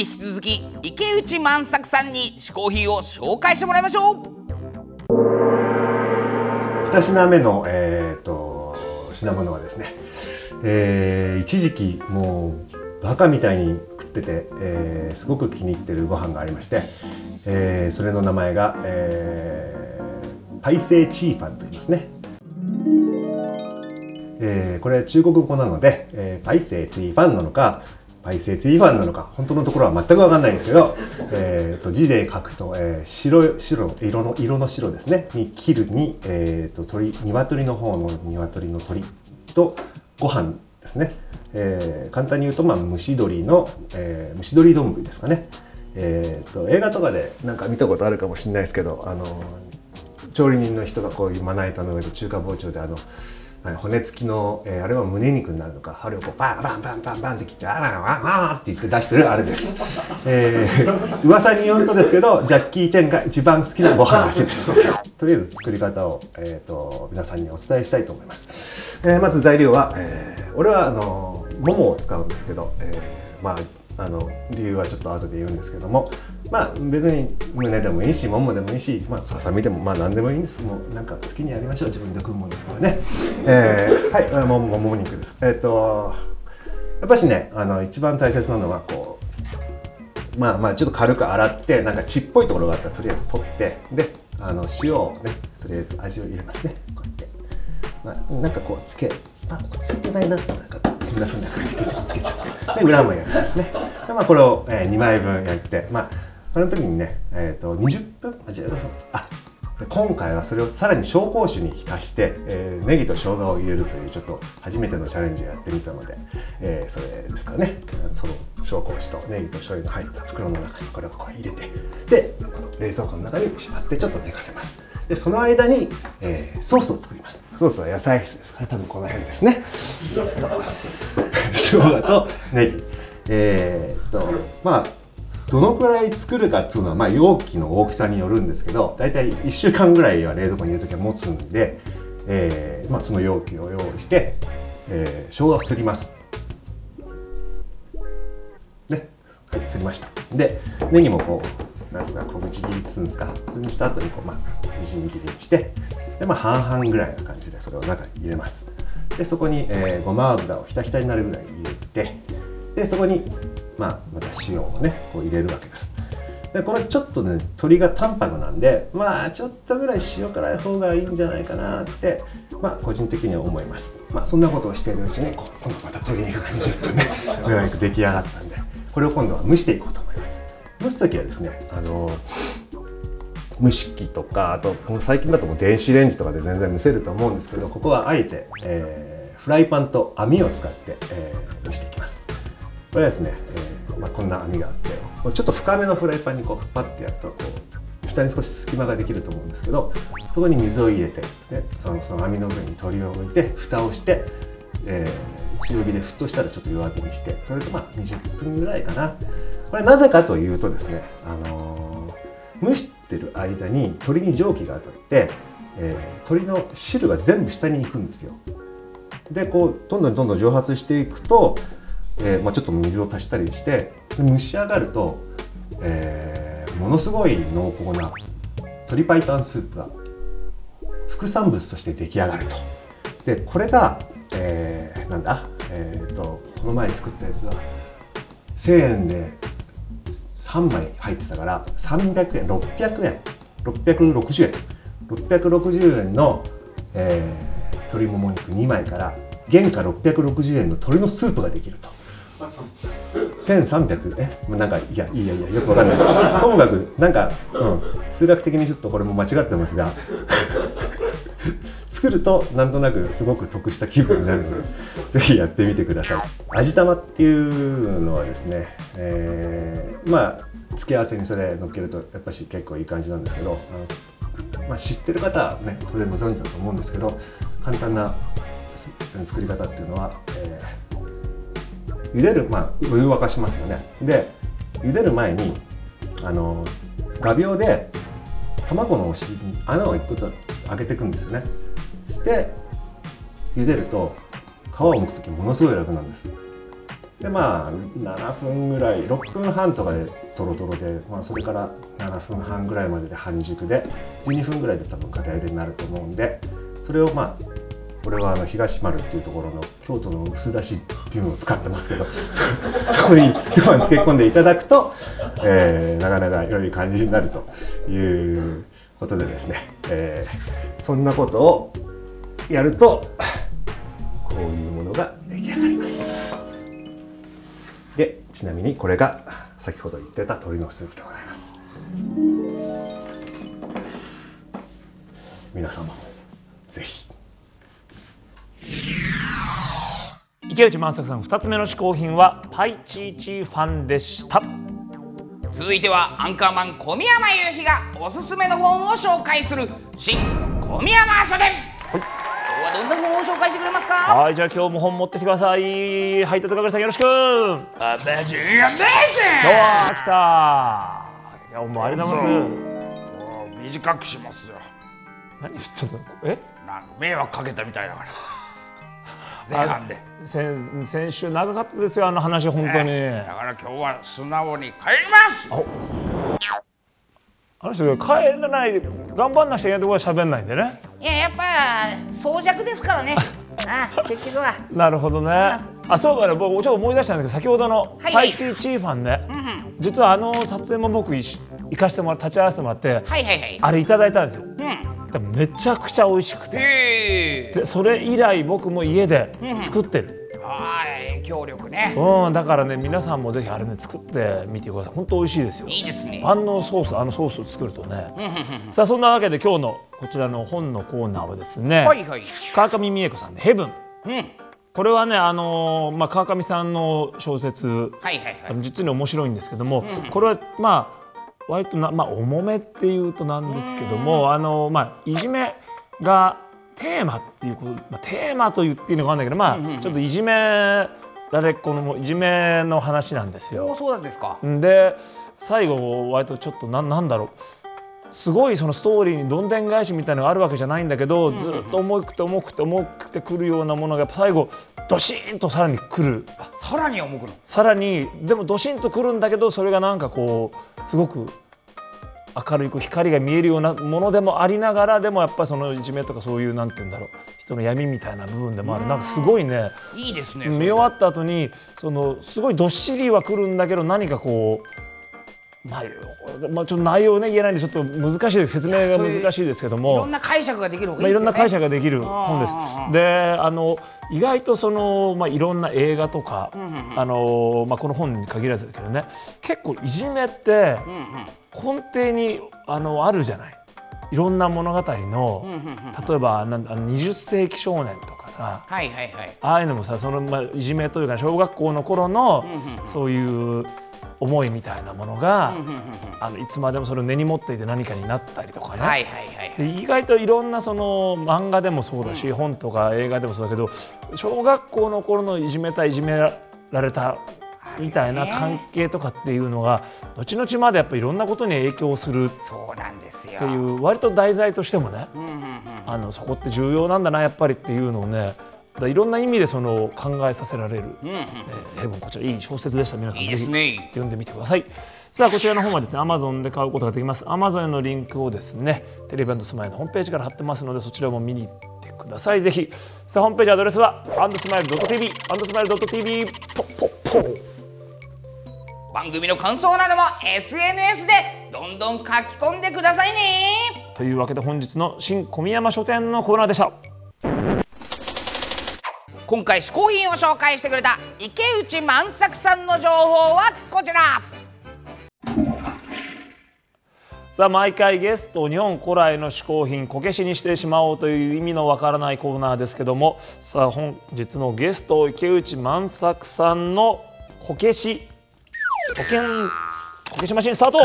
引き続き池内万作さんに嗜好品を紹介してもらいましょう。 2品目の、品物はですね、一時期もうバカみたいに食ってて、すごく気に入ってるご飯がありまして、それの名前が、パイセイチーファンと言いますね。これ中国語なので、パイセイツィファンなのかパイセイツィファンなのか本当のところは全く分かんないんですけど、字で書くと、色の白ですねに切るに、鶏の方の鶏の鶏とご飯ですね。簡単に言うと、蒸し鶏の、蒸し鶏丼ですかね。映画とかでなんか見たことあるかもしれないですけど、調理人の人がこういうまな板の上で中華包丁で骨付きの、あれは胸肉になるのか、あれをこうバンバンバンバンバンって切ってって言って出してるあれです。噂によるとですけど、ジャッキー・チェンが一番好きなご飯らしいです。とりあえず作り方を、皆さんにお伝えしたいと思います。まず材料は、俺はももを使うんですけど、理由はちょっと後で言うんですけども、別に胸でもいいしももでもいいし、ささみでも何でもいいんです。もうなんか好きにやりましょう。自分で食うもんですからね。はい、もも肉です。やっぱしね、一番大切なのはこうちょっと軽く洗って、なんか血っぽいところがあったらとりあえず取って、で塩をねとりあえず味を入れますね。こうやって、なんかこうつけてないなってなんかこんな風な感じでつけちゃって、で裏も焼きますね。でこれを、2枚分焼いて、この時にね、20分15分今回はそれをさらに紹興酒に浸して、ネギと生姜を入れるというちょっと初めてのチャレンジをやってみたので、それですからね。その紹興酒とネギと醤油の入った袋の中にこれをこう入れて、で冷蔵庫の中にしまってちょっと寝かせます。でその間に、ソースを作ります。ソースは野菜室ですから多分この辺ですね。生姜とネギ、どのくらい作るかっていうのは、容器の大きさによるんですけど、だいたい1週間ぐらいは冷蔵庫に入れるときは持つんで、その容器を用意して、生姜をすります。ね、はい、すりました。で、ネギもこうなんですか、小口切りするんですか。それにした後にこうみじん切りにして、で半々ぐらいな感じでそれを中に入れます。でそこに、ごま油をひたひたになるぐらい入れて、でそこにまた塩をねこう入れるわけです。でこれちょっとね鶏が淡白なんで、ちょっとぐらい塩辛い方がいいんじゃないかなって個人的には思います。そんなことをしているうちに今度また鶏肉が20分ねようやく出来上がったんで、これを今度は蒸していこうと思います。蒸す時はですね、蒸し器とか、あと最近だともう電子レンジとかで全然蒸せると思うんですけど、ここはあえて、フライパンと網を使って、蒸していきます。これはですね、こんな網があって、ちょっと深めのフライパンにこうパッてやるとこう下に少し隙間ができると思うんですけど、そこに水を入れて、でその網の上に鶏を置いて蓋をして、強火で沸騰したらちょっと弱火にして、それと20分ぐらいかな。これなぜかというとですね、蒸してる間に鶏に蒸気が当たって、鶏の汁が全部下に行くんですよ。でこうどんどん蒸発していくと、ちょっと水を足したりして蒸し上がると、ものすごい濃厚な鶏白湯スープが副産物として出来上がると。でこれが、この前作ったやつは1000円で3枚入ってたから300円660円の、鶏もも肉2枚から原価660円の鶏のスープができると。1300なんかいやよくわかんないともかく数学的にちょっとこれも間違ってますが作るとなんとなくすごく得した気分になるのでぜひやってみてください。味玉っていうのはですね、付け合わせにそれ乗っけるとやっぱし結構いい感じなんですけど、知ってる方はね当然ご存知だと思うんですけど、簡単な作り方っていうのは、茹でるお湯を沸かしますよね。で茹でる前に画鋲で卵のお尻に穴を1個ずつ開けていくんですよね。して茹でると皮を剥く時ものすごい楽なんです。 でまあ7分ぐらい6分半とかでトロトロで、まあ、それから7分半ぐらいまでで半熟で12分ぐらいで多分片茹でになると思うんで、それをまあこれは東丸っていうところの京都の薄だしっていうのを使ってますけどそこに一晩漬け込んでいただくと、なかなか良い感じになるということでですね、そんなことをやるとこういうものが出来上がります。でちなみにこれが先ほど言ってた鶏のスープでございます。皆様もぜひ。 池内万作さん2つ目の試行品はパイチーチーファンでした。 続いてはアンカーマン小宮山雄飛がおすすめの本を紹介する新小宮山書店。今日はどんな本を紹介してくれますか？ はい、じゃあ今日も本持ってきてください。配達係さんよろしく。 アメジンアメ来た。いやもうありがとうございます。 短くしますよ。 何言ってんの？え？ なんか迷惑かけたみたいだから。前半で先週長かったですよ、あの話本当に、 だから今日は素直に帰ります。 あの人帰らないで頑張んなくちゃいけないところは喋んないんでね。 いや、やっぱ早弱ですからね。結局はなるほどね。そうかね、僕ちょっと思い出したんですけど、先ほどのパイチーチーファンね、実はあの撮影も僕行かしてもらって立ち会わせてもらって、あれいただいたんですよ。めちゃくちゃ美味しくて、でそれ以来僕も家で作ってる。 影響力ね。 だからね、皆さんもぜひあれね作ってみてください。本当美味しいですよ。 いいですね。 万能ソース、あのソースを作るとね。さあそんなわけで今日のこちらの本のコーナーはですね、川上美恵子さんでヘブン。これはね、川上さんの小説、実に面白いんですけども、これはまあ割と重めっていうとなんですけども、いじめがテーマっていうこと、テーマと言っていいのか分かんないけど、ちょっといじめられっ子のいじめの話なんですよ。 そうなんですか。 で最後割とちょっとなんだろう、すごいそのストーリーにどんでん返しみたいなのがあるわけじゃないんだけど、ずっと重くてくるようなものが最後ドシーンとさらにくる。 さらに重くる。 さらにでもドシンとくるんだけど、それがなんかこうすごく明るい光が見えるようなものでもありながら、でもやっぱりそのいじめとかそういうなんて言うんだろう、人の闇みたいな部分でもある。なんかすごいね、 いいですね。 見終わった後にすごいどっしりはくるんだけど、何かこうちょっと内容ね言えないんでちょっと難しいです、説明が難しいですけども、 いろんな解釈ができる方がいいですよね。 いろんな解釈ができる本です。で意外といろんな映画とか、この本に限らずだけどね、結構いじめって根底にあるじゃない。いろんな物語の、例えば20世紀少年とかさ、ああいうのもさ、いじめというか小学校の頃のそういう思いみたいなものがいつまでもそれを根に持っていて何かになったりとかね。意外といろんな漫画でもそうだし、本とか映画でもそうだけど、小学校の頃のいじめられたみたいな関係とかっていうのが後々までやっぱりいろんなことに影響するっていう割と題材としてもね、そこって重要なんだなやっぱりっていうのをね、いろんな意味で考えさせられる、ヘブン、こちらいい小説でした。皆さんぜひ読んでみてください。さあこちらの本はですね Amazon で買うことができます。 Amazon のリンクをですねテレビ&スマイルのホームページから貼ってますので、そちらも見に行ってください。ぜひ。さあホームページアドレスは&smile.tv &smile.tv ポッポッポ。 番組の感想なども SNS でどんどん書き込んでくださいね。 というわけで本日の新小宮山書店のコーナーでした。 今回試行品を紹介してくれた池内万作さんの情報はこちら。 さあ毎回ゲスト日本古来の嗜好品こけしにしてしまおうという意味のわからないコーナーですけども、さあ本日のゲスト池内万作さんのこけしマシンスタート。こ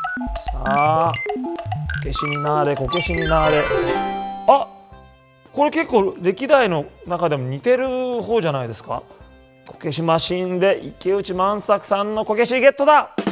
けしになれこけしになれ。これ結構歴代の中でも似てる方じゃないですか。こけしマシンで池内万作さんのこけしゲットだ。